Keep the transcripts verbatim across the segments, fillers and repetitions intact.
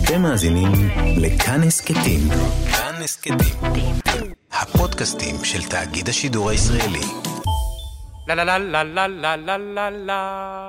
אתם מאזינים לכאן הסכתים. כאן הסכתים. הפודקאסטים של תאגיד השידור הישראלי. לה לה לה לה לה לה לה לה לה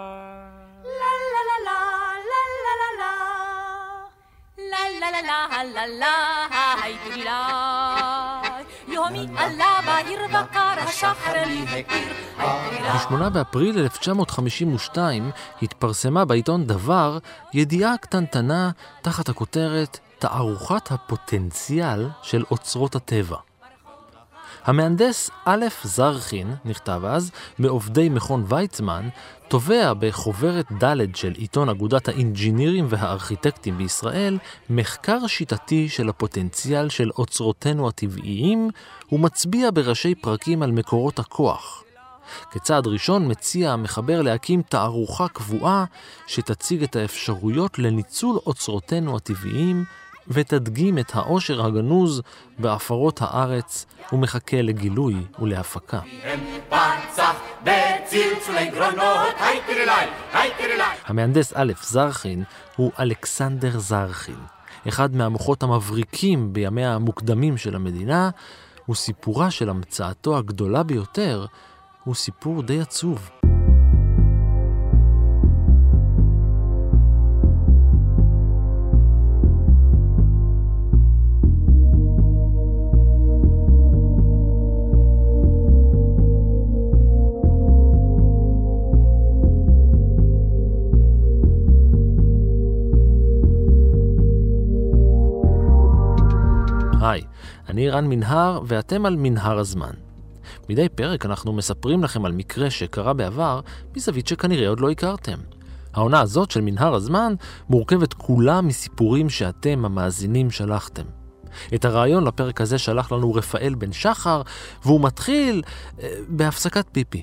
la la la la la הייתי לה יומי עלה בעיר בקר השחר לי העיר ב-שמונה באפריל אלף תשע מאות חמישים ושתיים התפרסמה בעיתון דבר ידיעה קטנטנה תחת הכותרת תערוכת הפוטנציאל של אוצרות הטבע. המהנדס א' זרחין, נכתב אז, מעובדי מכון ויצמן, תובע בחוברת ד' של עיתון אגודת האינג'ינירים והארכיטקטים בישראל, מחקר שיטתי של הפוטנציאל של אוצרותינו הטבעיים, ומצביע בראשי פרקים על מקורות הכוח. כצעד ראשון מציע המחבר להקים תערוכה קבועה שתציג את האפשרויות לניצול אוצרותינו הטבעיים, ותדגים את העושר הגנוז באפרות הארץ ומחכה לגילוי ולהפקה. המהנדס א' זרחין הוא אלכסנדר זרחין, אחד מהמוחות המבריקים בימיה המוקדמים של המדינה, וסיפורה של המצאתו הגדולה ביותר הוא סיפור די עצוב. היי, אני רן מנהר ואתם על מנהר הזמן. מדי פרק אנחנו מספרים לכם על מקרה שקרה בעבר מזווית שכנראה עוד לא הכרתם. העונה הזאת של מנהר הזמן מורכבת כולה מסיפורים שאתם המאזינים שלחתם. את הרעיון לפרק הזה שלח לנו רפאל בן שחר, והוא מתחיל אה, בהפסקת פיפי.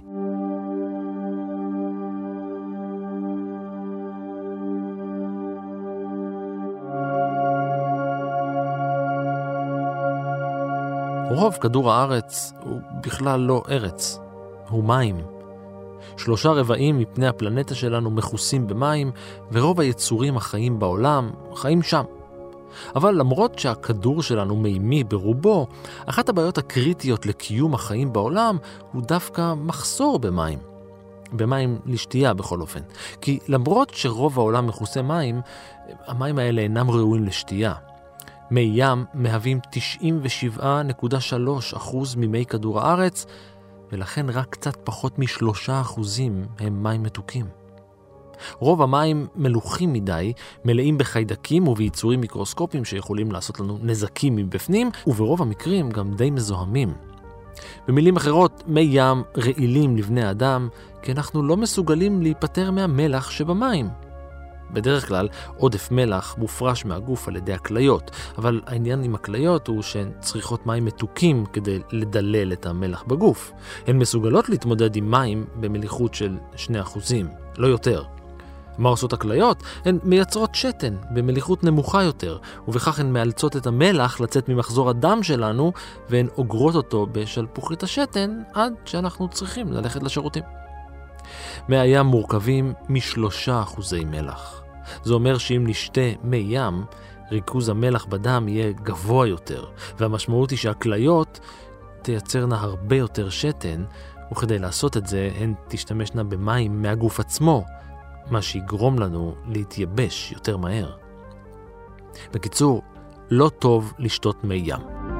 רוב כדור הארץ הוא בכלל לא ארץ, הוא מים. שלושה רבעים מפני הפלנטה שלנו מכוסים במים, ורוב היצורים החיים בעולם חיים שם. אבל למרות שהכדור שלנו מימי ברובו, אחת הבעיות הקריטיות לקיום החיים בעולם הוא דווקא מחסור במים. במים לשתייה בכל אופן. כי למרות שרוב העולם מכוסה מים, המים האלה אינם ראויים לשתייה. מי ים מהווים תשעים ושבע נקודה שלוש אחוז ממי כדור הארץ, ולכן רק קצת פחות משלושה אחוזים הם מים מתוקים. רוב המים מלוחים מדי, מלאים בחיידקים וביצורים מיקרוסקופיים שיכולים לעשות לנו נזקים מבפנים, וברוב המקרים גם די מזוהמים. במילים אחרות, מי ים רעילים לבני אדם, כי אנחנו לא מסוגלים להיפטר מהמלח שבמים. בדרך כלל עודף מלח מופרש מהגוף על ידי הכליות, אבל העניין עם הכליות הוא שהן צריכות מים מתוקים כדי לדלל את המלח בגוף. הן מסוגלות להתמודד עם מים במליחות של שני אחוזים, לא יותר. מה עושות הכליות? הן מייצרות שתן במליחות נמוכה יותר, ובכך הן מאלצות את המלח לצאת ממחזור הדם שלנו, והן אוגרות אותו בשלפוחית השתן עד שאנחנו צריכים ללכת לשירותים. מי הים מורכבים משלושה אחוזי מלח. זה אומר שאם נשתה מי ים, ריכוז המלח בדם יהיה גבוה יותר, והמשמעות היא שהכליות תייצרנה הרבה יותר שתן, וכדי לעשות את זה הן תשתמשנה במים מהגוף עצמו, מה שיגרום לנו להתייבש יותר מהר. בקיצור, לא טוב לשתות מי ים.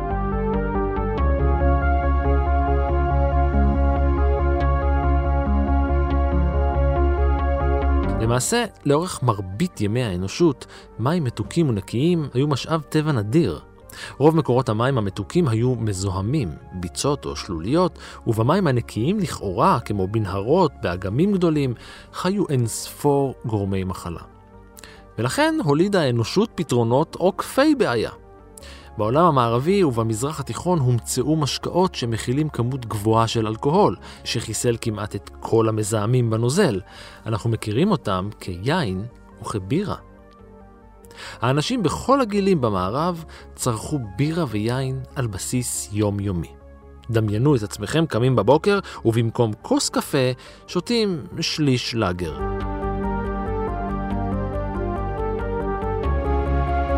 למעשה, לאורך מרבית ימי האנושות, מים מתוקים ונקיים היו משאב טבע נדיר. רוב מקורות המים המתוקים היו מזוהמים, ביצות או שלוליות, ובמים הנקיים לכאורה, כמו בנהרות, באגמים גדולים, חיו אינספור גורמי מחלה. ולכן הולידה האנושות פתרונות עוקפי בעיה. בעולם המערבי ובמזרח התיכון הומצאו משקאות שמכילים כמות גבוהה של אלכוהול, שחיסל כמעט את כל המזהמים בנוזל. אנחנו מכירים אותם כיין וכבירה. האנשים בכל הגילים במערב צרכו בירה ויין על בסיס יומיומי. דמיינו את עצמכם קמים בבוקר ובמקום כוס קפה שותים שליש לאגר.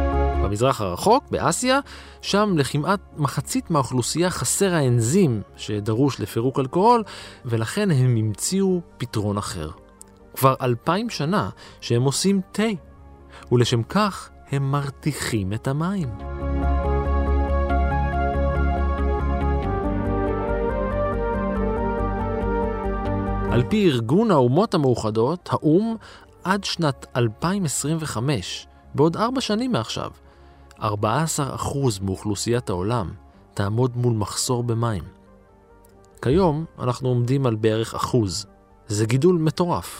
במזרח הרחוק, באסיה, שם לכמעט מחצית מהאוכלוסייה חסר האנזים שדרוש לפירוק אלכוהול, ולכן הם המציאו פתרון אחר. כבר אלפיים שנה שהם עושים תה, ולשם כך הם מרתיחים את המים. על פי ארגון האומות המאוחדות, האום, עד שנת אלפיים עשרים וחמש, בעוד ארבע שנים מעכשיו, ארבעה עשר אחוז מאוכלוסיית העולם תעמוד מול מחסור במים. כיום אנחנו עומדים על בערך אחוז. זה גידול מטורף.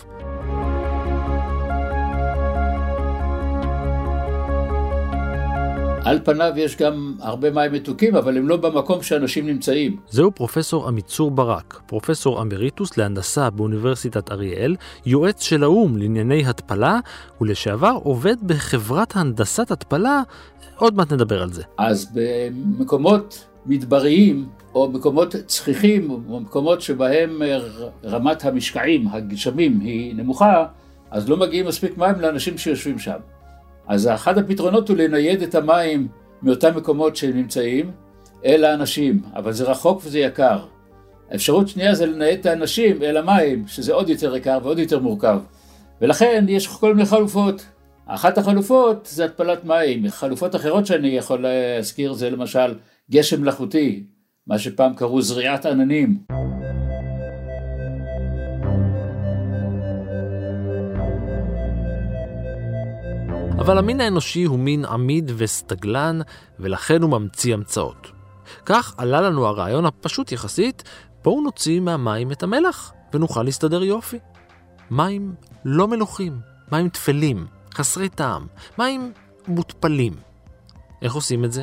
על פניו יש גם הרבה מים מתוקים, אבל הם לא במקום שאנשים נמצאים. זהו פרופסור עמיצור ברק, פרופסור אמריטוס להנדסה באוניברסיטת אריאל, יועץ של האום לענייני התפלה, ולשעבר עובד בחברת הנדסת התפלה. עוד מעט נדבר על זה. אז במקומות מדבריים, או מקומות צחיחים, או מקומות שבהם רמת המשקעים, הגשמים, היא נמוכה, אז לא מגיעים מספיק מים לאנשים שיושבים שם. אז אחד הפתרונות הוא לנייד את המים מאותם מקומות שנמצאים אל האנשים, אבל זה רחוק וזה יקר. האפשרות שנייה זה לנייד את האנשים אל המים, שזה עוד יותר יקר ועוד יותר מורכב. ולכן יש כל מיני חלופות. אחת החלופות זה התפלת מים. חלופות אחרות שאני יכול להזכיר זה למשל גשם מלאכותי, מה שפעם קראו זריעת עננים. אבל המין האנושי הוא מין עמיד וסטגלן, ולכן הוא ממציא המצאות. כך עלה לנו הרעיון הפשוט יחסית, בואו נוציא מהמים את המלח, ונוכל להסתדר יופי. מים לא מלוחים, מים תפלים, חסרי טעם, מים מוטפלים. איך עושים את זה?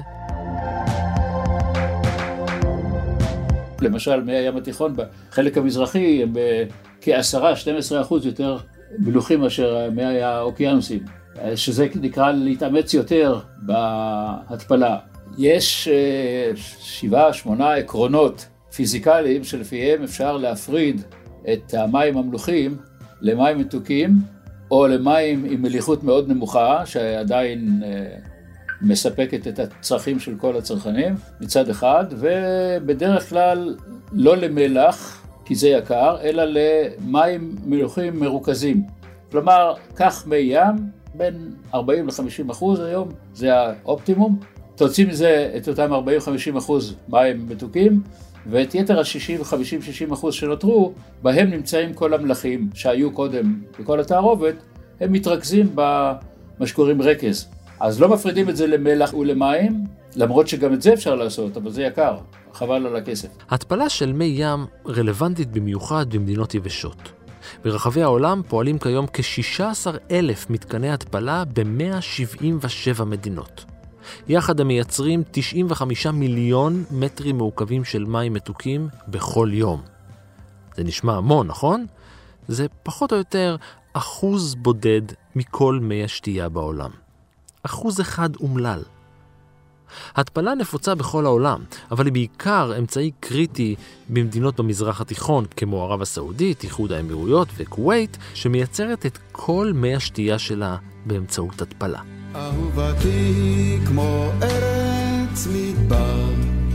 למשל, מי הים התיכון בחלק המזרחי הם כ-עשרה עד שנים עשר אחוז יותר מלוחים מאשר מי האוקיינוסים. שזה נקרא להתאמץ יותר בהתפלה. יש שבעה, שמונה עקרונות פיזיקליים שלפיהם אפשר להפריד את המים המלוחים למים מתוקים, או למים עם מליחות מאוד נמוכה, שעדיין מספקת את הצרכים של כל הצרכנים מצד אחד, ובדרך כלל לא למלח, כי זה יקר, אלא למים מלוחים מרוכזים. כלומר, כך מי ים, בין ארבעים עד חמישים אחוז היום, זה האופטימום. תוצאים מזה את אותם ארבעים עד חמישים אחוז מים מתוקים, ואת יתר ה-שישים, חמישים, שישים אחוז שנותרו, בהם נמצאים כל המלחים שהיו קודם בכל התערובת, הם מתרכזים במה שקוראים רקז. אז לא מפרידים את זה למלח ולמים, למרות שגם את זה אפשר לעשות, אבל זה יקר, חבל על הכסף. התפלה של מי ים רלוונטית במיוחד במדינות יבשות. ברחבי העולם פועלים כיום כ-שישה עשר אלף מתקני התפלה ב-מאה שבעים ושבע מדינות. יחד הם מייצרים תשעים וחמישה מיליון מטרים מעוקבים של מים מתוקים בכל יום. זה נשמע המון, נכון? זה פחות או יותר אחוז בודד מכל מי השתייה בעולם. אחוז אחד אומלל. התפלה נפוצה בכל העולם, אבל היא בעיקר אמצעי קריטי במדינות במזרח התיכון, כמו ערב הסעודית, איחוד האמירויות וכווית, שמייצרת את כל מי השתייה שלה באמצעות התפלה. אהובתי כמו ארץ מדבר,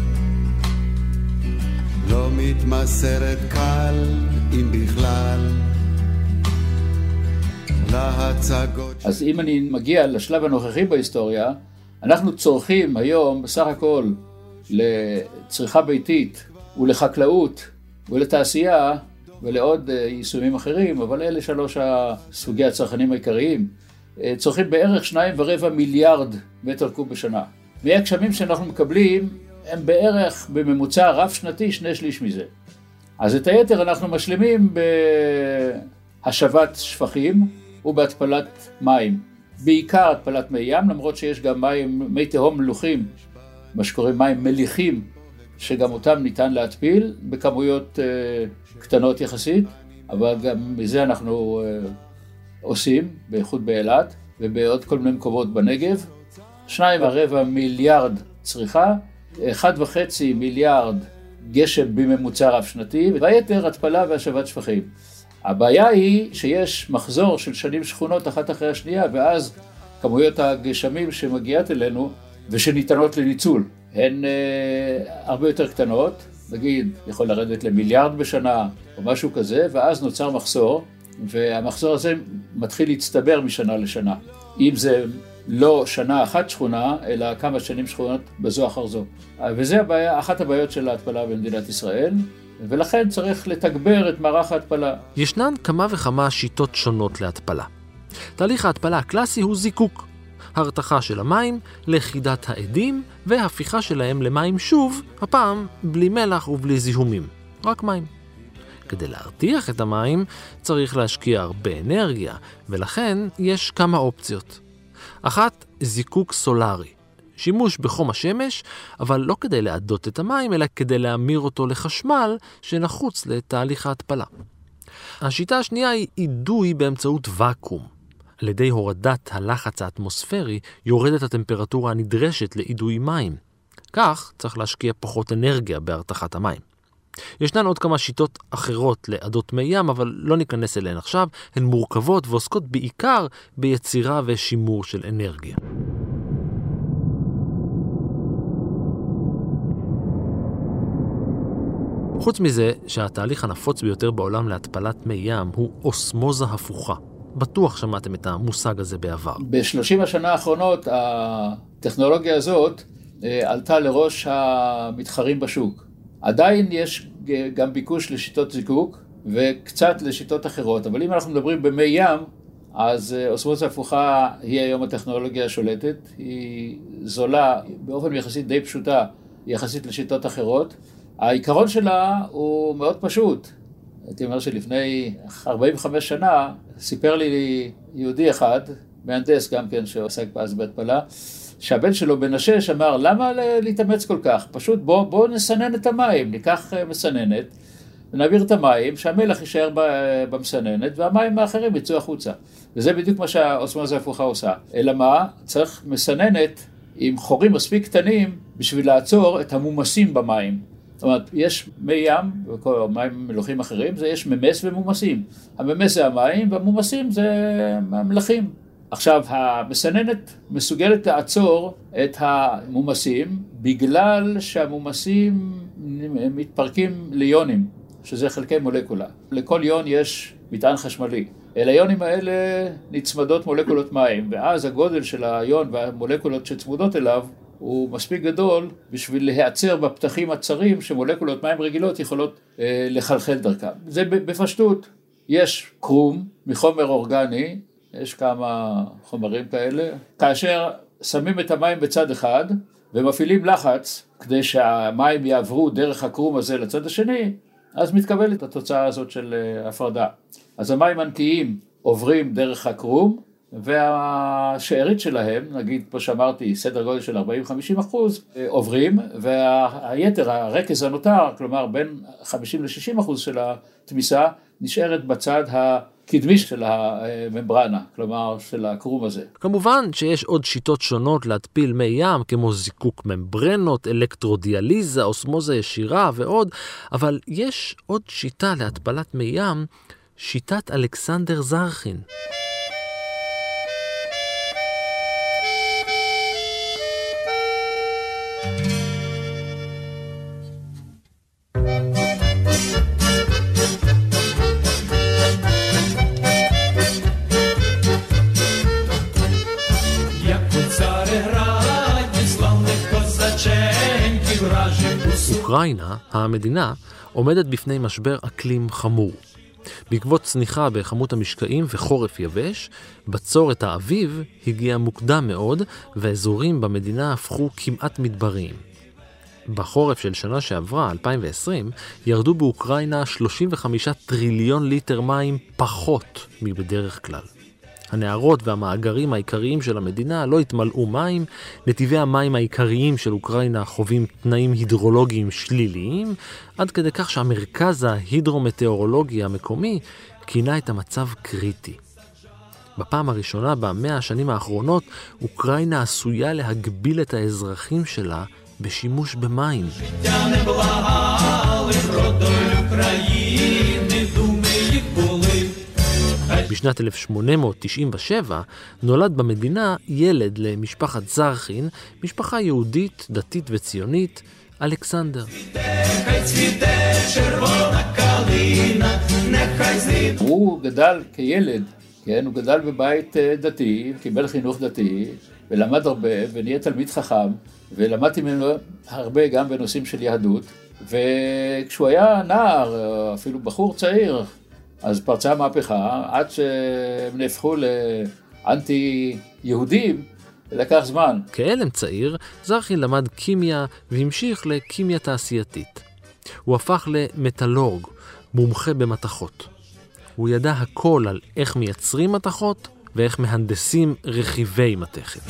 לא מתמסרת קל אם בכלל להצגות. אז אם אני מגיע לשלב הנוכחי בהיסטוריה, אנחנו צורכים היום בסך הכל לצריכה ביתית ולחקלאות ולתעשייה ולעוד יישומים אחרים, אבל אלה שלוש הסוגי הצרכנים העיקריים, צורכים בערך שניים ורבע מיליארד מטר קוב בשנה. מהגשמים שאנחנו מקבלים הם בערך בממוצע רב שנתי שני שליש מזה. אז את היתר אנחנו משלימים בהשבת שפכים ובהתפלת מים. בעיקר התפלת מי ים, למרות שיש גם מים, מי תהום מלוחים, מה שקוראים מים מליחים, שגם אותם ניתן להתפיל בכמויות uh, קטנות יחסית, אבל גם מזה אנחנו uh, עושים, בייחוד באילת ובעוד כל מיני מקומות בנגב. שניים ורבע מיליארד צריכה, אחד וחצי מיליארד גשם בממוצע רב שנתי, והיתר התפלה והשבת שפכים. הבעיה היא שיש מחזור של שנים שכונות אחת אחרי השנייה, ואז כמויות הגשמים שמגיעות אלינו ושניתנות לניצול. הן אה, הרבה יותר קטנות, נגיד יכול לרדת למיליארד בשנה או משהו כזה, ואז נוצר מחסור, והמחסור הזה מתחיל להצטבר משנה לשנה. אם זה לא שנה אחת שכונה, אלא כמה שנים שכונות בזו אחר זו. וזה הבעיה, אחת הבעיות של ההתפלה במדינת ישראל, ולכן צריך לתגבר את מערך ההתפלה. ישנן כמה וכמה שיטות שונות להתפלה. תהליך ההתפלה הקלאסי הוא זיקוק. הרתחה של המים לחידת העדים והפיכה שלהם למים שוב, הפעם בלי מלח ובלי זיהומים, רק מים. כדי להרתיח את המים צריך להשקיע הרבה אנרגיה, ולכן יש כמה אופציות. אחת, זיקוק סולרי. שימוש בחום השמש, אבל לא כדי לעדות את המים, אלא כדי להמיר אותו לחשמל שנחוץ לתהליך ההתפלה. השיטה השנייה היא אידוי באמצעות ואקום. על ידי הורדת הלחץ האטמוספרי יורדת הטמפרטורה הנדרשת לאידוי מים. כך צריך להשקיע פחות אנרגיה בהרתחת המים. ישנן עוד כמה שיטות אחרות לעדות מי ים, אבל לא ניכנס אליהן עכשיו. הן מורכבות ועוסקות בעיקר ביצירה ושימור של אנרגיה. חוץ מזה שהתהליך הנפוץ ביותר בעולם להתפלת מי ים הוא אוסמוזה הפוכה. בטוח שמעתם את המושג הזה בעבר. ב-שלושים השנה האחרונות הטכנולוגיה הזאת עלתה לראש המתחרים בשוק. עדיין יש גם ביקוש לשיטות זיקוק וקצת לשיטות אחרות, אבל אם אנחנו מדברים במי ים, אז אוסמוזה הפוכה היא היום הטכנולוגיה השולטת, היא זולה באופן יחסית די פשוטה יחסית לשיטות אחרות. העיקרון שלה הוא מאוד פשוט. הייתי אומר שלפני ארבעים וחמש שנה סיפר לי יהודי אחד, מהנדס גם כן שעוסק אז בהתפלה, שהבן שלו בן השש אמר, למה להתאמץ כל כך? פשוט בוא, בוא נסנן את המים, ניקח מסננת, ונעביר את המים, שהמלח יישאר במסננת, והמים האחרים יצאו החוצה. וזה בדיוק מה שהאוסמוזה הפוכה עושה. אלא מה? צריך מסננת עם חורים מספיק קטנים, בשביל לעצור את המומסים במים. זאת אומרת, יש מי ים, וכל מים מלוחים אחרים, זה יש ממס ומומסים. הממס זה המים, והמומסים זה המלחים. עכשיו, המסננת מסוגלת לעצור את המומסים, בגלל שהמומסים מתפרקים ליונים, שזה חלקי מולקולה. לכל יון יש מטען חשמלי. אל היונים האלה נצמדות מולקולות מים, ואז הגודל של היון והמולקולות שצמודות אליו, הוא מספיק גדול בשביל להיעצר בפתחים הצרים שמולקולות מים רגילות יכולות אה, לחלחל דרכם. זה בפשטות. יש קרום מחומר אורגני, יש כמה חומרים כאלה. כאשר שמים את המים בצד אחד ומפעילים לחץ כדי שהמים יעברו דרך הקרום הזה לצד השני, אז מתקבלת התוצאה הזאת של אה, הפרדה. אז המים הנקיים עוברים דרך הקרום, והשארית שלהם, נגיד פה שאמרתי סדר גודל של ארבעים עד חמישים אחוז, עוברים, והיתר, הרקז הנותר, כלומר בין חמישים עד שישים אחוז של התמיסה, נשארת בצד הקדמי של הממברנה, כלומר של הקרום הזה. כמובן שיש עוד שיטות שונות להתפיל מי ים, כמו זיקוק ממברנות, אלקטרודיאליזה, אוסמוזה ישירה ועוד, אבל יש עוד שיטה להתפלת מי ים, שיטת אלכסנדר זרחין. אוקראינה, המדינה, עומדת בפני משבר אקלים חמור. בעקבות צניחה בכמות המשקעים וחורף יבש, בצורת האביב הגיע מוקדם מאוד, והאזורים במדינה הפכו כמעט מדבריים. בחורף של שנה שעברה, אלפיים ועשרים, ירדו באוקראינה שלושים וחמישה טריליון ליטר מים פחות מבדרך כלל. הנהרות והמאגרים העיקריים של המדינה לא התמלאו מים, נתיבי המים העיקריים של אוקראינה חווים תנאים הידרולוגיים שליליים, עד כדי כך שהמרכז ההידרומטאורולוגי המקומי כינה את המצב קריטי. בפעם הראשונה במאה השנים האחרונות, אוקראינה עשויה להגביל את האזרחים שלה בשימוש במים. בשנת אלף שמונה מאות תשעים ושבע נולד במדינה ילד למשפחת זרחין, משפחה יהודית, דתית וציונית, אלכסנדר. הוא גדל כילד, כן? הוא גדל בבית דתי, קיבל חינוך דתי, ולמד הרבה, ונהיה תלמיד חכם, ולמדתי ממנו הרבה גם בנושאים של יהדות, וכשהוא היה נער, אפילו בחור צעיר, אז פרצה מהפכה, עד שהם נהפכו לאנטי יהודים, לקח זמן. כאלם צעיר, זרחין למד כימיה והמשיך לכימיה תעשייתית. הוא הפך למטלורג, מומחה במתכות. הוא ידע הכל על איך מייצרים מתכות ואיך מהנדסים רכיבי מתכת.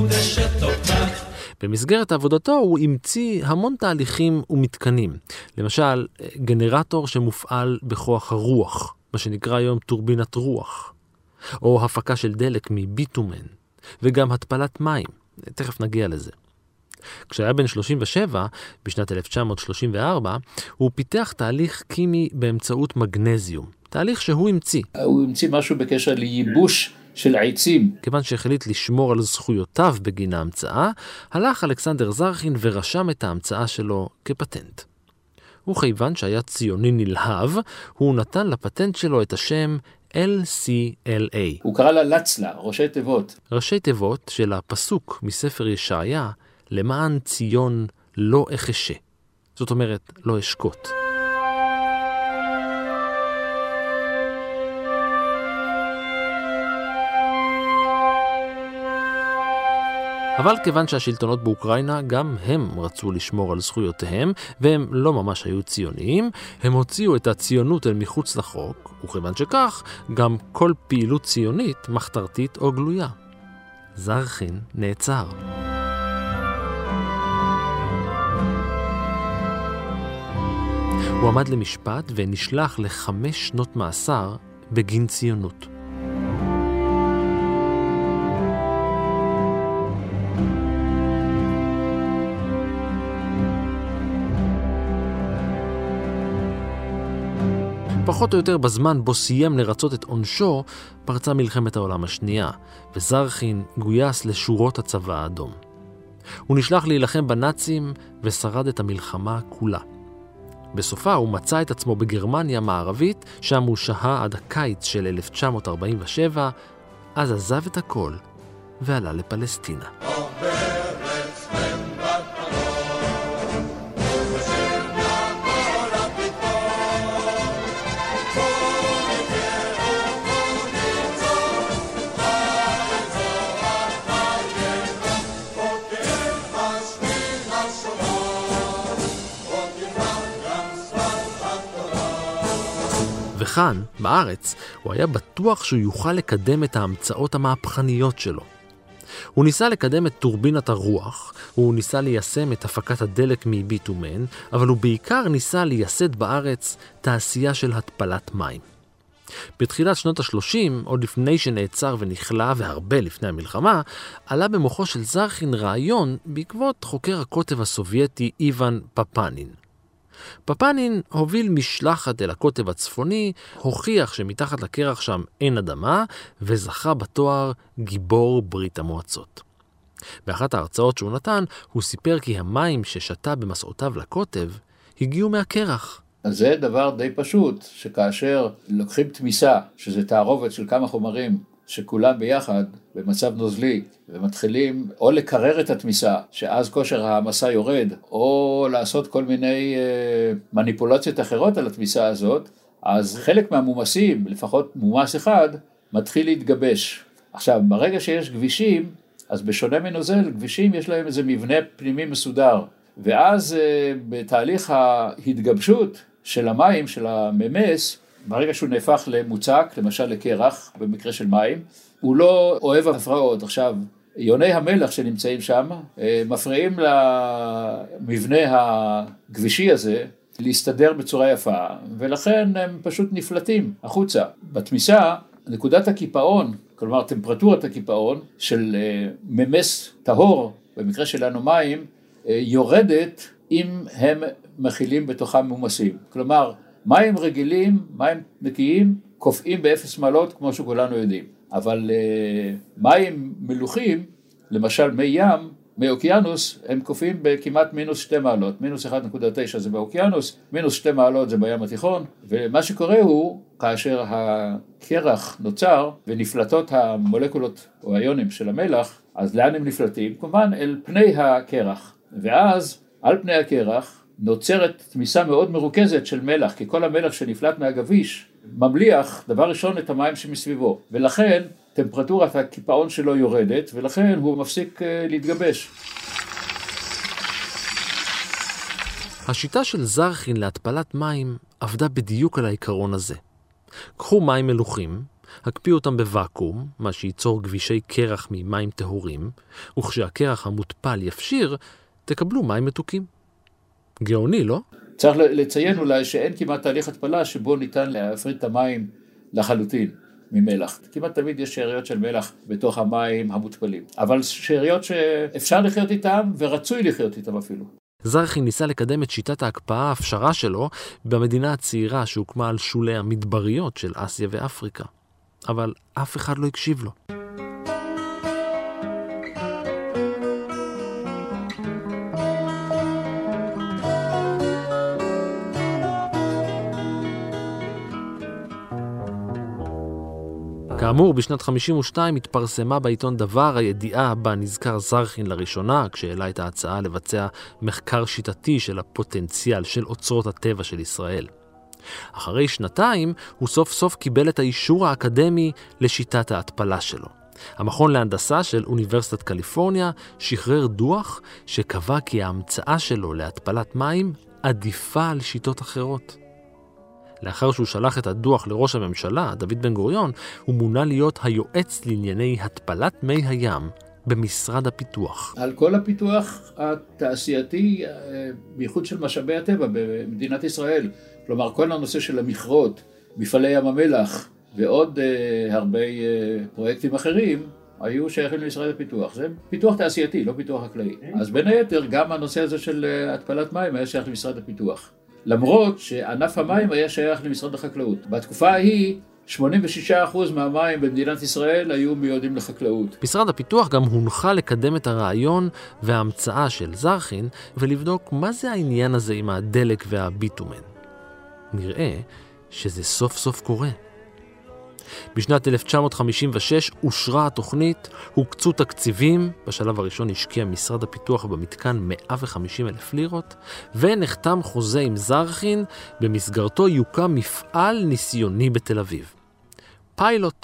במסגרת עבודתו הוא המציא המון תהליכים ומתקנים. למשל, גנרטור שמופעל בכוח הרוח, מה שנקרא היום טורבינת רוח, או הפקה של דלק מביטומן, וגם התפלת מים. תכף נגיע לזה. כשהיה בן שלושים ושבע, בשנת אלף תשע מאות שלושים וארבע, הוא פיתח תהליך כימי באמצעות מגנזיום, תהליך שהוא המציא. הוא המציא משהו בקשר לייבוש של עצים. כיוון שהחליט לשמור על זכויותיו בגין ההמצאה, הלך אלכסנדר זרחין ורשם את ההמצאה שלו כפטנט. וכיוון שהיה ציוני נלהב, הוא נתן לפטנט שלו את השם אל סי אל איי. הוא קרא לה לצלה, ראשי תיבות. ראשי תיבות של הפסוק מספר ישעיה, למען ציון לא אחשה. זאת אומרת, לא אשקוט. אבל כיוון שהשלטונות באוקראינה גם הם רצו לשמור על זכויותיהם, והם לא ממש היו ציוניים, הם הוציאו את הציונות אל מחוץ לחוק, וכיוון שכך, גם כל פעילות ציונית, מחתרתית או גלויה. זרחין נעצר. הוא עמד למשפט ונשלח לחמש שנות מאסר בגין ציונות. פחות או יותר בזמן בו סיים לרצות את עונשו, פרצה מלחמת העולם השנייה, וזרחין גויס לשורות הצבא האדום. הוא נשלח להילחם בנאצים ושרד את המלחמה כולה. בסופה הוא מצא את עצמו בגרמניה המערבית, שם הוא שהה עד הקיץ של אלף תשע מאות ארבעים ושבע, אז עזב את הכל ועלה לפלסטינה. וכאן, בארץ, הוא היה בטוח שהוא יוכל לקדם את ההמצאות המהפכניות שלו. הוא ניסה לקדם את טורבינת הרוח, הוא ניסה ליישם את הפקת הדלק מביטומן, אבל הוא בעיקר ניסה לייסד בארץ תעשייה של התפלת מים. בתחילת שנות ה-שלושים, עוד לפני שנעצר ונכלא והרבה לפני המלחמה, עלה במוחו של זרחין רעיון בעקבות חוקר הקוטב הסובייטי איוון פפנין. פפנין הוביל משלחת אל הקוטב הצפוני, הוכיח שמתחת לקרח שם אין אדמה, וזכה בתואר גיבור ברית המועצות. באחת ההרצאות שהוא נתן, הוא סיפר כי המים ששתה במסעותיו לקוטב הגיעו מהקרח. אז זה דבר די פשוט, שכאשר לוקחים תמיסה, שזה תערובת של כמה חומרים, שכולם ביחד במצב נוזלי, ומתחילים או לקרר את התמיסה, שאז כושר המסע יורד, או לעשות כל מיני אה, מניפולציות אחרות על התמיסה הזאת, אז חלק מהמומסים, לפחות מומס אחד, מתחיל להתגבש. עכשיו, ברגע שיש גבישים, אז בשונה מנוזל, גבישים יש להם איזה מבנה פנימי מסודר, ואז אה, בתהליך ההתגבשות של המים, של הממס, ברגע שהוא נהפך למוצק, למשל לקרח, במקרה של מים, הוא לא אוהב הפרעות. עכשיו, יוני המלח שנמצאים שם, מפריעים למבנה הגבישי הזה להסתדר בצורה יפה, ולכן הם פשוט נפלטים החוצה. בתמיסה, נקודת הקיפאון, כלומר טמפרטורת הקיפאון של ממס טהור, במקרה שלנו מים, יורדת אם הם מכילים בתוכם מומסים. כלומר, מים רגילים, מים נקיים, קופאים באפס מעלות כמו שכולנו יודעים. אבל uh, מים מלוחים, למשל מי ים, מי אוקיינוס, הם קופאים בכמעט מינוס שתי מעלות. מינוס אחת נקודה תשע זה באוקיינוס, מינוס שתי מעלות זה בים התיכון. ומה שקורה הוא, כאשר הקרח נוצר ונפלטות המולקולות או היונים של המלח, אז לאן הם נפלטים? כמובן אל פני הקרח. ואז על פני הקרח נוצרת תמיסה מאוד מרוכזת של מלח, כי כל המלח שנפלט מהגביש ממליח דבר ראשון את המים שמסביבו, ולכן טמפרטורת הקיפאון שלו יורדת, ולכן הוא מפסיק להתגבש. השיטה של זרחין להתפלת מים עבדה בדיוק על העיקרון הזה. קחו מים מלוחים, הקפיאו אותם בוואקום, מה שייצור גבישי קרח ממים טהורים, וכשהקרח המוטפל יפשיר, תקבלו מים מתוקים. גאוני, לא? צריך לציין אולי שאין כמעט תהליך התפלה שבו ניתן להפריד את המים לחלוטין ממלח. כמעט תמיד יש שאריות של מלח בתוך המים המוטפלים. אבל שאריות שאפשר לחיות איתם ורצוי לחיות איתם אפילו. זרחין ניסה לקדם את שיטת ההקפאה ההפשרה שלו במדינה הצעירה שהוקמה על שולי המדבריות של אסיה ואפריקה. אבל אף אחד לא הקשיב לו. כאמור, בשנת חמישים ושתיים התפרסמה בעיתון דבר הידיעה בה נזכר זרחין לראשונה, כשהעלה את ההצעה לבצע מחקר שיטתי של הפוטנציאל של אוצרות הטבע של ישראל. אחרי שנתיים הוא סוף סוף קיבל את האישור האקדמי לשיטת ההתפלה שלו. המכון להנדסה של אוניברסיטת קליפורניה שחרר דוח שקבע כי ההמצאה שלו להתפלת מים עדיפה על שיטות אחרות. לאחר שהוא שלח את הדוח לראש הממשלה, דוד בן גוריון, הוא מונה להיות היועץ לענייני התפלת מי הים במשרד הפיתוח. על כל הפיתוח התעשייתי, בייחוד של משאבי הטבע במדינת ישראל, כלומר כל הנושא של המכרות, מפעלי ים המלח ועוד הרבה פרויקטים אחרים, היו שייכים למשרד הפיתוח. זה פיתוח תעשייתי, לא פיתוח חקלאי. אז בין היתר גם הנושא הזה של התפלת מים היה שייך למשרד הפיתוח. למרות שענף המים היה שייך למשרד החקלאות. בתקופה ההיא, שמונים ושישה אחוז מהמים במדינת ישראל היו מיועדים לחקלאות. משרד הפיתוח גם הונחה לקדם את הרעיון וההמצאה של זרחין, ולבדוק מה זה העניין הזה עם הדלק והביטומן. נראה שזה סוף סוף קורה. בשנת אלף תשע מאות חמישים ושש אושרה התוכנית, הוקצו תקציבים, בשלב הראשון השקיע משרד הפיתוח במתקן מאה וחמישים אלף לירות, ונחתם חוזה עם זרחין, במסגרתו יוקם מפעל ניסיוני בתל אביב. פיילוט.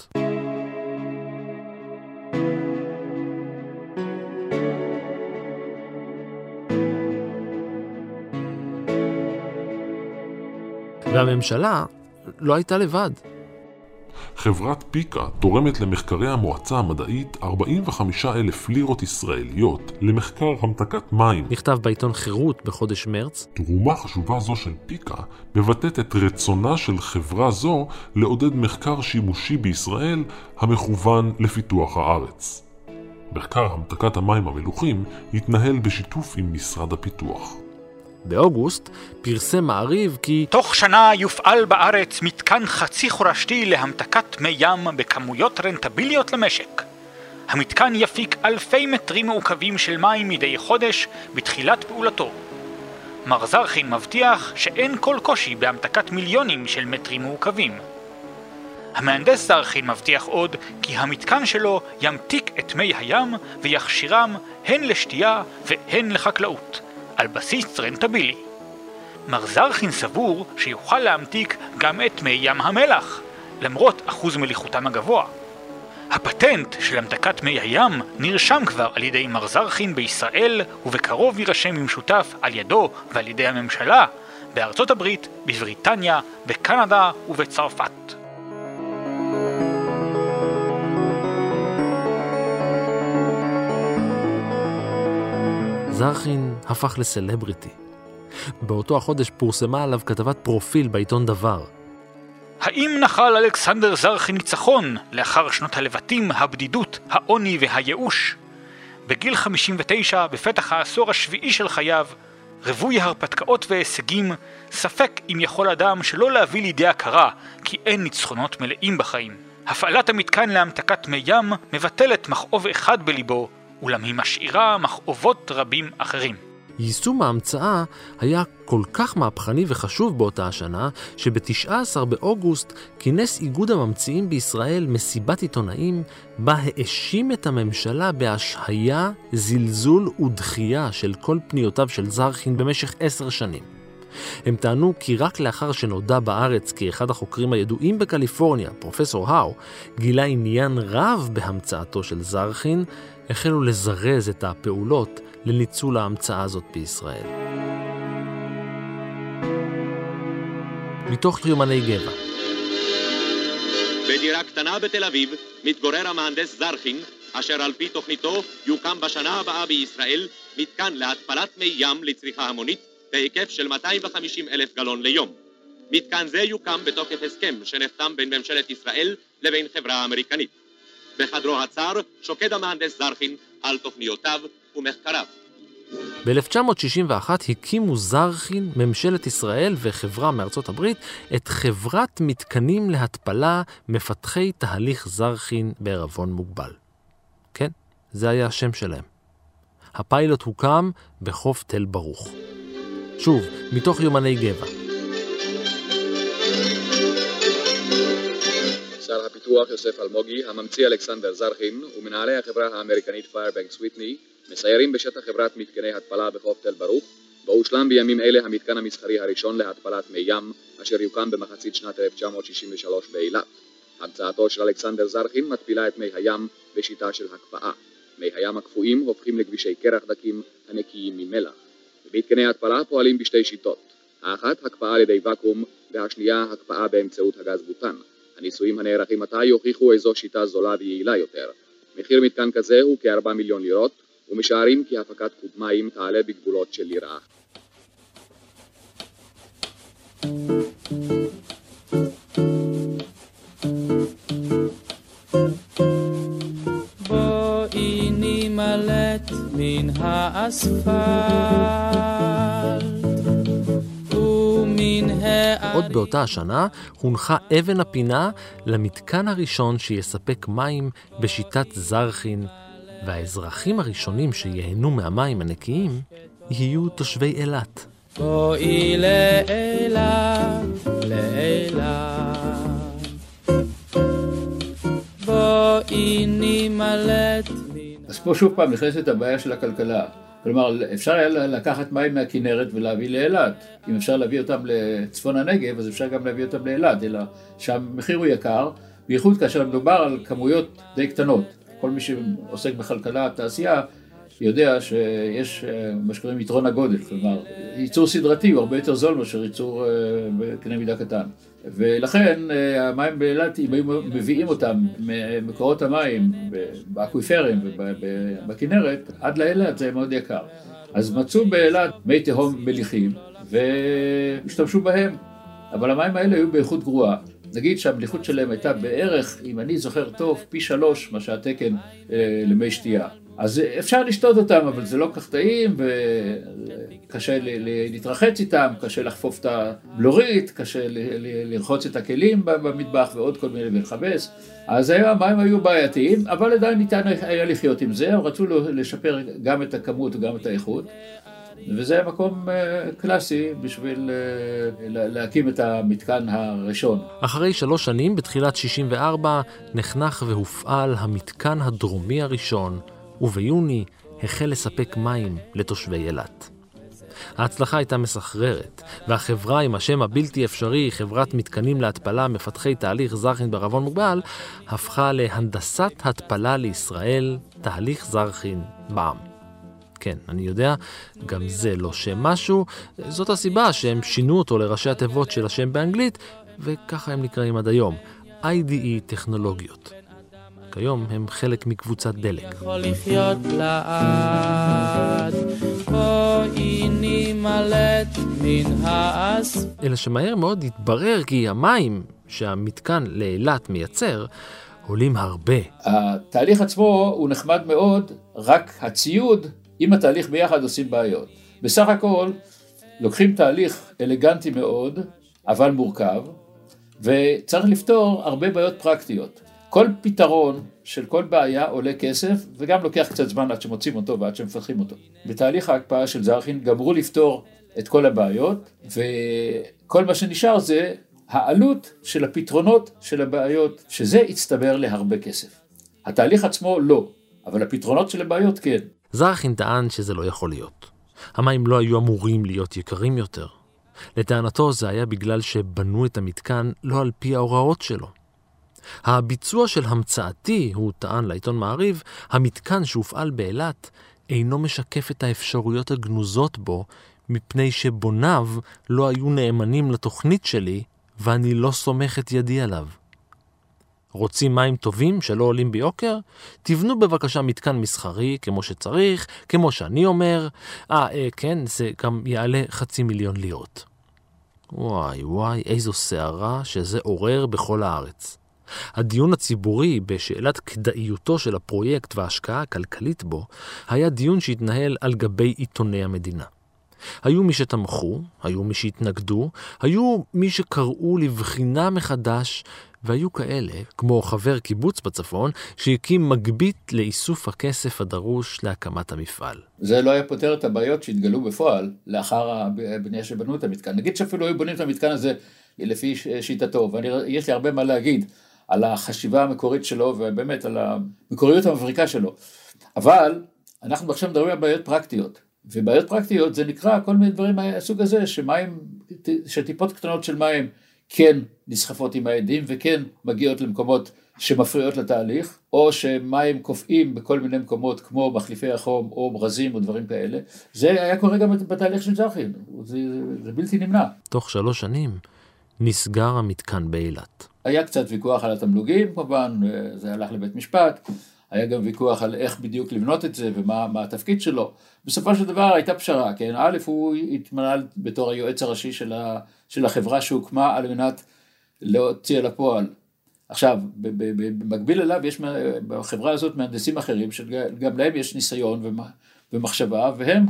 והממשלה לא הייתה לבד. חברת פיקה תורמת למחקרי המועצה המדעית ארבעים וחמישה אלף לירות ישראליות למחקר המתקת מים. נכתב בעיתון חירות בחודש מרץ. תרומה חשובה זו של פיקה מבטאת את רצונה של חברה זו לעודד מחקר שימושי בישראל המכוון לפיתוח הארץ. מחקר המתקת המים המלוחים התנהל בשיתוף עם משרד הפיתוח. באוגוסט פרסם מעריב כי תוך שנה יופעל בארץ מתקן חצי חורשתי להמתקת מי ים בכמויות רנטביליות למשק. המתקן יפיק אלפי מטרים מעוקבים של מים מדי חודש בתחילת פעולתו. מר זרחין מבטיח שאין כל קושי בהמתקת מיליונים של מטרים מעוקבים. המהנדס זרחין מבטיח עוד כי המתקן שלו ימתיק את מי הים ויכשירם הן לשתייה והן לחקלאות. על בסיס רנטבילי. מר זרחין סבור שיוכל להמתיק גם את מי ים המלח, למרות אחוז מליחותם הגבוה. הפטנט של המתקת מי הים נרשם כבר על ידי מר זרחין בישראל, ובקרוב יירשם במשותף על ידו ועל ידי הממשלה, בארצות הברית, בבריטניה, בקנדה ובצרפת. זרחין הפך לסלבריטי. באותו החודש פורסמה עליו כתבת פרופיל בעיתון דבר. האם נחל אלכסנדר זרחין ניצחון לאחר שנות הלבטים, הבדידות, העוני והייאוש? בגיל חמישים ותשע, בפתח העשור השביעי של חייו, רווי ההרפתקאות והישגים, ספק אם יכול אדם שלא להביא לידי הכרה כי אין ניצחונות מלאים בחיים. הפעלת המתקן להמתקת מי ים מבטלת מכאוב אחד בליבו, אולם היא משאירה מכאובות רבים אחרים. יישום ההמצאה היה כל כך מהפכני וחשוב באותה השנה, שב-תשעה עשר באוגוסט כינס איגוד הממציאים בישראל מסיבת עיתונאים, בה האשים את הממשלה בהשהיה, זלזול ודחייה של כל פניותיו של זרחין במשך עשר שנים. הם טענו כי רק לאחר שנודע בארץ כי אחד החוקרים הידועים בקליפורניה, פרופסור האו, גילה עניין רב בהמצאתו של זרחין, החלו לזרז את הפעולות לניצול ההמצאה הזאת בישראל. מתוך יומני גבע. בדירה קטנה בתל אביב מתגורר המהנדס זרחין, אשר על פי תוכניתו יוקם בשנה הבאה בישראל מתקן להתפלת מי ים לצריכה המונית בהיקף של מאתיים וחמישים אלף גלון ליום. מתקן זה יוקם בתוקף הסכם שנחתם בין ממשלת ישראל לבין חברה אמריקנית. בחדרו הצר שוקד המהנדס זרחין על תוכניותיו ומחקריו. ב-אלף תשע מאות שישים ואחת הקימו זרחין, ממשלת ישראל וחברה מארצות הברית את חברת מתקנים להתפלה מפתחי תהליך זרחין בערבון מוגבל. כן, זה היה השם שלהם. הפיילוט הוקם בחוף תל ברוך. שוב, מתוך יומני גבע. שר הפיתוח יוסף אלמוגי, הממציא אלכסנדר זרחין ומנהלי החברה האמריקנית פיירבנקס וויטני מסיירים בשטח חברת מתקני התפלה בחוף תל ברוך, בו הושלם בימים אלה המתקן המסחרי הראשון להתפלת מי ים, אשר יוקם במחצית שנת אלף תשע מאות שישים ושלוש באילת. המצאתו של אלכסנדר זרחין מתפילה את מי הים בשיטה של הקפאה. מי הים הקפואים הופכים לכבישי קרח דקים הנקיים ממלח. מתקני התפלה פועלים בשתי שיטות. האחת, הקפאה על ידי וקום, והשנייה, הקפאה באמצעות הגז בוטן. הניסויים הנערכים עתה יוכיחו איזו שיטה זולה ויעילה יותר. מחיר מתקן כזה הוא כארבעה מיליון לירות, ומשערים כי הפקת קוב מים תעלה בגבולות של לירה. בואי נמלט מן האספלט ומן הערים. עוד באותה השנה הונחה אבן הפינה למתקן הראשון שיספק מים בשיטת זרחין, והאזרחים הראשונים שיהנו מהמים הנקיים יהיו תושבי אילת. בואי לאילת, לאילת, בואי נמלט. אז פה שוב פעם נכנסת הבעיה של הכלכלה. כלומר, אפשר היה לקחת מים מהכינרת ולהביא לאילת. אם אפשר להביא אותם לצפון הנגב, אז אפשר גם להביא אותם לאילת, אלא שהמחיר הוא יקר, בייחוד כאשר מדובר על כמויות די קטנות. כל מי שעוסק בכלכלה, תעשייה, יודע שיש מה שקוראים יתרון הגודל. כלומר, ייצור סדרתי הוא הרבה יותר זול מאשר ייצור בקנה מידה קטן. ולכן המים באילת, אם היו מביאים אותם ממקורות המים, באקוויפרים ובכינרת, עד לאילת זה מאוד יקר. אז מצאו באילת מי תהום מליחים והשתמשו בהם. אבל המים האלה היו באיכות גרועה. נגיד שהמליחות שלהם הייתה בערך, אם אני זוכר טוב, פי שלוש מה שהתקן אה, למי שתייה. אז אפשר לשתות אותם, אבל זה לא כך טעים, וקשה ל- ל- להתרחץ איתם, קשה לחפוף את הבלורית, קשה ל- ל- לרחוץ את הכלים במטבח ועוד כל מיני ולחבס. אז המים היו בעייתיים, אבל עדיין ניתן היה לחיות עם זה, רצו לשפר גם את הכמות וגם את האיכות. וזה מקום קלאסי בשביל להקים את המתקן הראשון. אחרי שלוש שנים, בתחילת שישים וארבע, נחנך והופעל המתקן הדרומי הראשון, וביוני החל לספק מים לתושבי אילת. ההצלחה הייתה מסחררת, והחברה עם השם הבלתי אפשרי, חברת מתקנים להתפלה מפתחי תהליך זרחין בערבון מוגבל, הפכה להנדסת התפלה לישראל, תהליך זרחין בע"מ. כן, אני יודע, גם זה לא שם משהו, זאת הסיבה שהם שינו אותו לראשי התיבות של השם באנגלית, וככה הם נקראים עד היום, איי די אי טכנולוגיות. כיום הם חלק מקבוצת דלק. יכול לחיות לעד, בואי נמלט מן האס. אלא שמהר מאוד התברר כי המים שהמתקן לאילת מייצר, עולים הרבה. התהליך עצמו הוא נחמד מאוד, רק הציוד עם התהליך ביחד עושים בעיות. בסך הכל לוקחים תהליך אלגנטי מאוד, אבל מורכב, וצריך לפתור הרבה בעיות פרקטיות. כל פתרון של כל בעיה עולה כסף, וגם לוקח קצת זמן עד שמוצאים אותו ועד שמפתחים אותו. בתהליך ההקפאה של זרחין גמרו לפתור את כל הבעיות, וכל מה שנשאר זה העלות של הפתרונות של הבעיות, שזה הצטבר להרבה כסף. התהליך עצמו לא, אבל הפתרונות של הבעיות כן. זרחין טען שזה לא יכול להיות. המים לא היו אמורים להיות יקרים יותר. לטענתו זה היה בגלל שבנו את המתקן לא על פי ההוראות שלו. הביצוע של המצאתי, הוא טען לעיתון מעריב, המתקן שהופעל באילת אינו משקף את האפשרויות הגנוזות בו, מפני שבוניו לא היו נאמנים לתוכנית שלי, ואני לא סומך את ידי עליו. רוצים מים טובים שלא עולים ביוקר? תבנו בבקשה מתקן מסחרי כמו שצריך, כמו שאני אומר. אה, אה כן, זה גם יעלה חצי מיליון לירות. וואי וואי, איזו שערה שזה עורר בכל הארץ. הדיון הציבורי בשאלת כדאיותו של הפרויקט וההשקעה הכלכלית בו, היה דיון שהתנהל על גבי עיתוני המדינה. היו מי שתמכו, היו מי שהתנגדו, היו מי שקראו לבחינה מחדש, והיו כאלה, כמו חבר קיבוץ בצפון, שהקים מגבית לאיסוף הכסף הדרוש להקמת המפעל. זה לא היה פותר את הבעיות שהתגלו בפועל לאחר הבנייה שבנו את המתקן. נגיד שאפילו היו בונים את המתקן הזה לפי שיטתו, ויש לי הרבה מה להגיד על החשיבה המקורית שלו, ובאמת על המקוריות המבריקה שלו. אבל אנחנו עכשיו מדברים על בעיות פרקטיות. ובעיות פרקטיות זה נקרא כל מיני דברים מהסוג הזה, שמים, שטיפות קטנות של מים כן נסחפות עם העדים, וכן מגיעות למקומות שמפריעות לתהליך, או שמים קופאים בכל מיני מקומות, כמו מחליפי החום, או ברזים, או דברים כאלה. זה היה קורה גם בתהליך של זרחין, זה, זה בלתי נמנע. תוך שלוש שנים נסגר המתקן באילת. היה קצת ויכוח על התמלוגים, כמובן, זה הלך לבית משפט, היה גם ויכוח על איך בדיוק לבנות את זה, ומה מה התפקיד שלו. בסופו של דבר הייתה פשרה, כן? א', הוא התמנה בתור היועץ הראשי של, ה, של החברה שהוקמה על מנת להוציא אל הפועל. עכשיו, במקביל אליו יש בחברה הזאת מהנדסים אחרים, שגם להם יש ניסיון ומחשבה, והם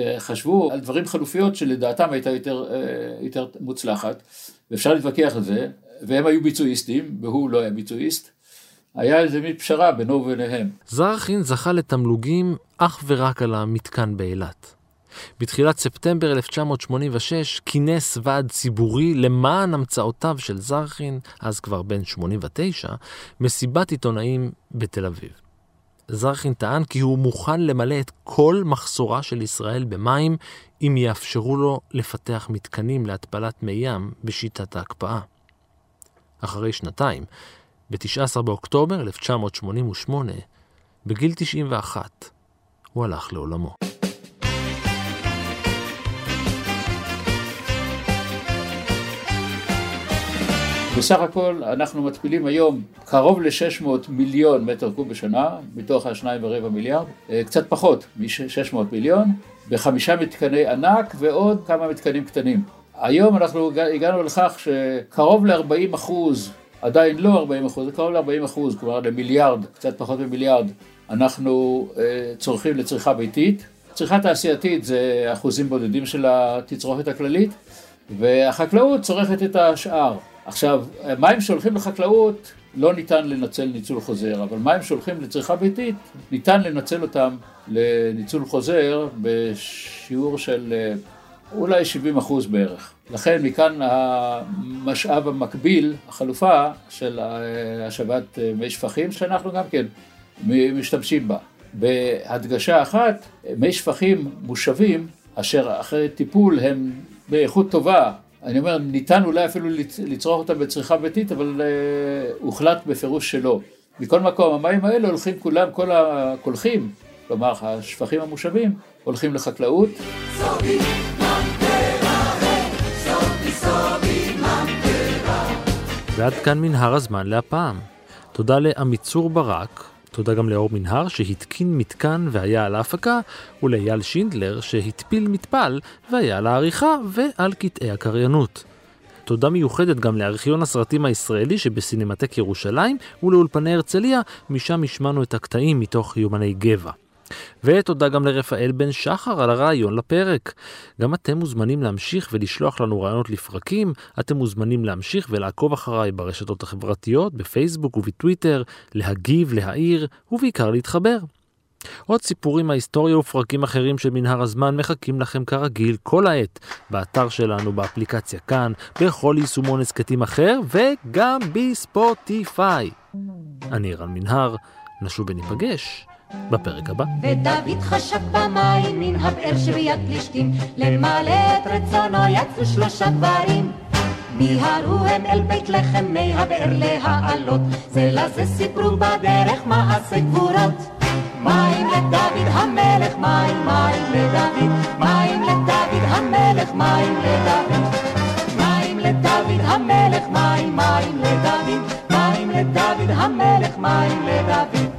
חשבו על דברים חלופיות שלדעתם הייתה יותר, יותר מוצלחת, ואפשר להתווכח על זה, והם היו ביצועיסטים, והוא לא היה ביצועיסט, היה איזה מין פשרה בינו וביניהם. זרחין זכה לתמלוגים אך ורק על המתקן באילת. בתחילת ספטמבר אלף תשע מאות שמונים ושש כינס ועד ציבורי למען המצאותיו של זרחין, אז כבר בן שמונים ותשע, מסיבת עיתונאים בתל אביב. זרחין טען כי הוא מוכן למלא את כל מחסורה של ישראל במים, אם יאפשרו לו לפתח מתקנים להתפלת מי ים בשיטת ההקפאה. אחרי שנתיים, ב-תשעה עשר באוקטובר אלף תשע מאות שמונים ושמונה, בגיל תשעים ואחת, הוא הלך לעולמו. בסך הכל אנחנו מתפילים היום קרוב ל-שש מאות מיליון מטר קוב בשנה, מתוך ה-שניים ורבע מיליארד, קצת פחות מ-שש מאות מיליון, בחמישה מתקני ענק ועוד כמה מתקנים קטנים. היום אנחנו הגענו לכך שקרוב ל-ארבעים אחוז, עדיין לא ארבעים אחוז, זה קרוב ל-ארבעים אחוז, כלומר למיליארד, קצת פחות ממיליארד, אנחנו צורכים לצריכה ביתית. צריכה תעשייתית זה אחוזים בודדים של התצרוכת הכללית, והחקלאות צורכת את השאר. עכשיו, מים שהולכים לחקלאות לא ניתן לנצל ניצול חוזר, אבל מים שהולכים לצריכה ביתית, ניתן לנצל אותם לניצול חוזר בשיעור של אולי שבעים אחוז בערך. לכן מכאן המשאב המקביל, החלופה של השבת מי שפכים, שאנחנו גם כן משתמשים בה. בהדגשה אחת, מי שפכים מושבים, אשר אחרי טיפול הם באיכות טובה, אני אומר, ניתן אולי אפילו לצרוך אותם בצריכה ביתית, אבל uh, הוחלט בפירוש שלא. מכל מקום, המים האלה הולכים כולם, כל הקולחים, כלומר, השפכים המושבים, הולכים לחקלאות. סובי ממטרה, סובי סובי ממטרה. ועד כאן מנהר הזמן להפעם. תודה לעמיצור ברק, תודה גם לאור מנהר שהתקין מתקן והיה על ההפקה, ולאייל שינדלר שהתפיל מתפל והיה על העריכה ועל קטעי הקריינות. תודה מיוחדת גם לארכיון הסרטים הישראלי שבסינמטק ירושלים ולאולפני הרצליה, משם השמענו את הקטעים מתוך יומני גבע. ותודה גם לרפאל בן שחר על הרעיון לפרק. גם אתם מוזמנים להמשיך ולשלוח לנו רעיונות לפרקים, אתם מוזמנים להמשיך ולעקוב אחריי ברשתות החברתיות, בפייסבוק ובטוויטר, להגיב, להעיר ובעיקר להתחבר. עוד סיפורים מההיסטוריה ופרקים אחרים של מנהר הזמן מחכים לכם כרגיל כל העת, באתר שלנו, באפליקציה כאן, בכל יישומון הסקטים אחר וגם בספוטיפיי. אני רן מנהר, נשוב וניפגש בפרק הבא. ודוד חשב במים מן הבאר שביד פלישתים, למלא את רצונו יצאו שלושה גברים. מיהרו הם אל בית לחם מי הבאר להעלות, זה לזה סיפרו בדרך מעשה גבורות. מים לדוד המלך, מים, מים לדוד, מים לדוד המלך, מים לדוד, מים לדוד המלך, מים, מים לדוד, מים לדוד המלך, מים לדוד.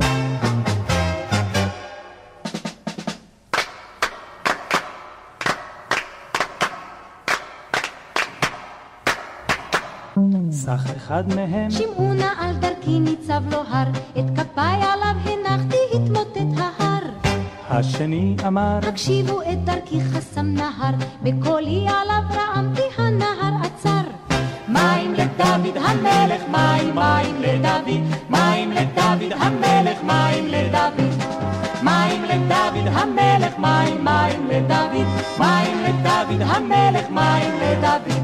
סך אחד מהם שמעו נא על דרכי ניצב לו הר, את כפיי עליו הנחתי התמוטט ההר. השני אמר הקשיבו את דרכי חסם נהר, בקולי עליו רעמתי הנהר עצר. מים לדוד המלך, מים, מים לדוד, מים לדוד המלך, מים לדוד, מים לדוד המלך, מים, מים לדוד, מים לדוד המלך, מים לדוד.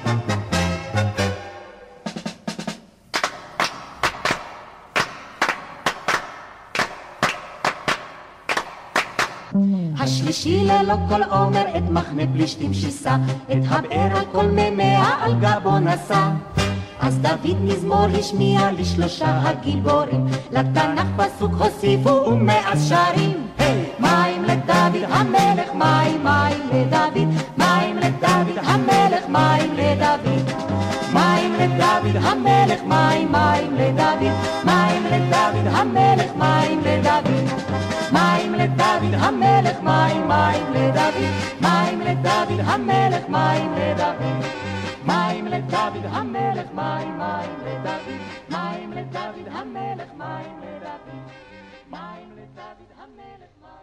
השלישי ללא כל עומר את מחנה פלישתים שיסה, את הבאר על כל מימיה על גבו נשא. אז דוד מזמור השמיע לשלושה הגיבורים, לתנ"ך פסוק הוסיפו ומאז שרים. מים לדוד המלך, מים, מים לדוד, מים לדוד המלך, מים לדוד, מים לדוד המלך, מים, מים לדוד, מים לדוד המלך, מים לדוד, מים לדוד המלך, מים, מים לדוד, מים לדוד המלך, מים לדוד, מים לדוד המלך, מים, מים לדוד, מים לדוד המלך, מים לדוד, מים לדוד המלך, מים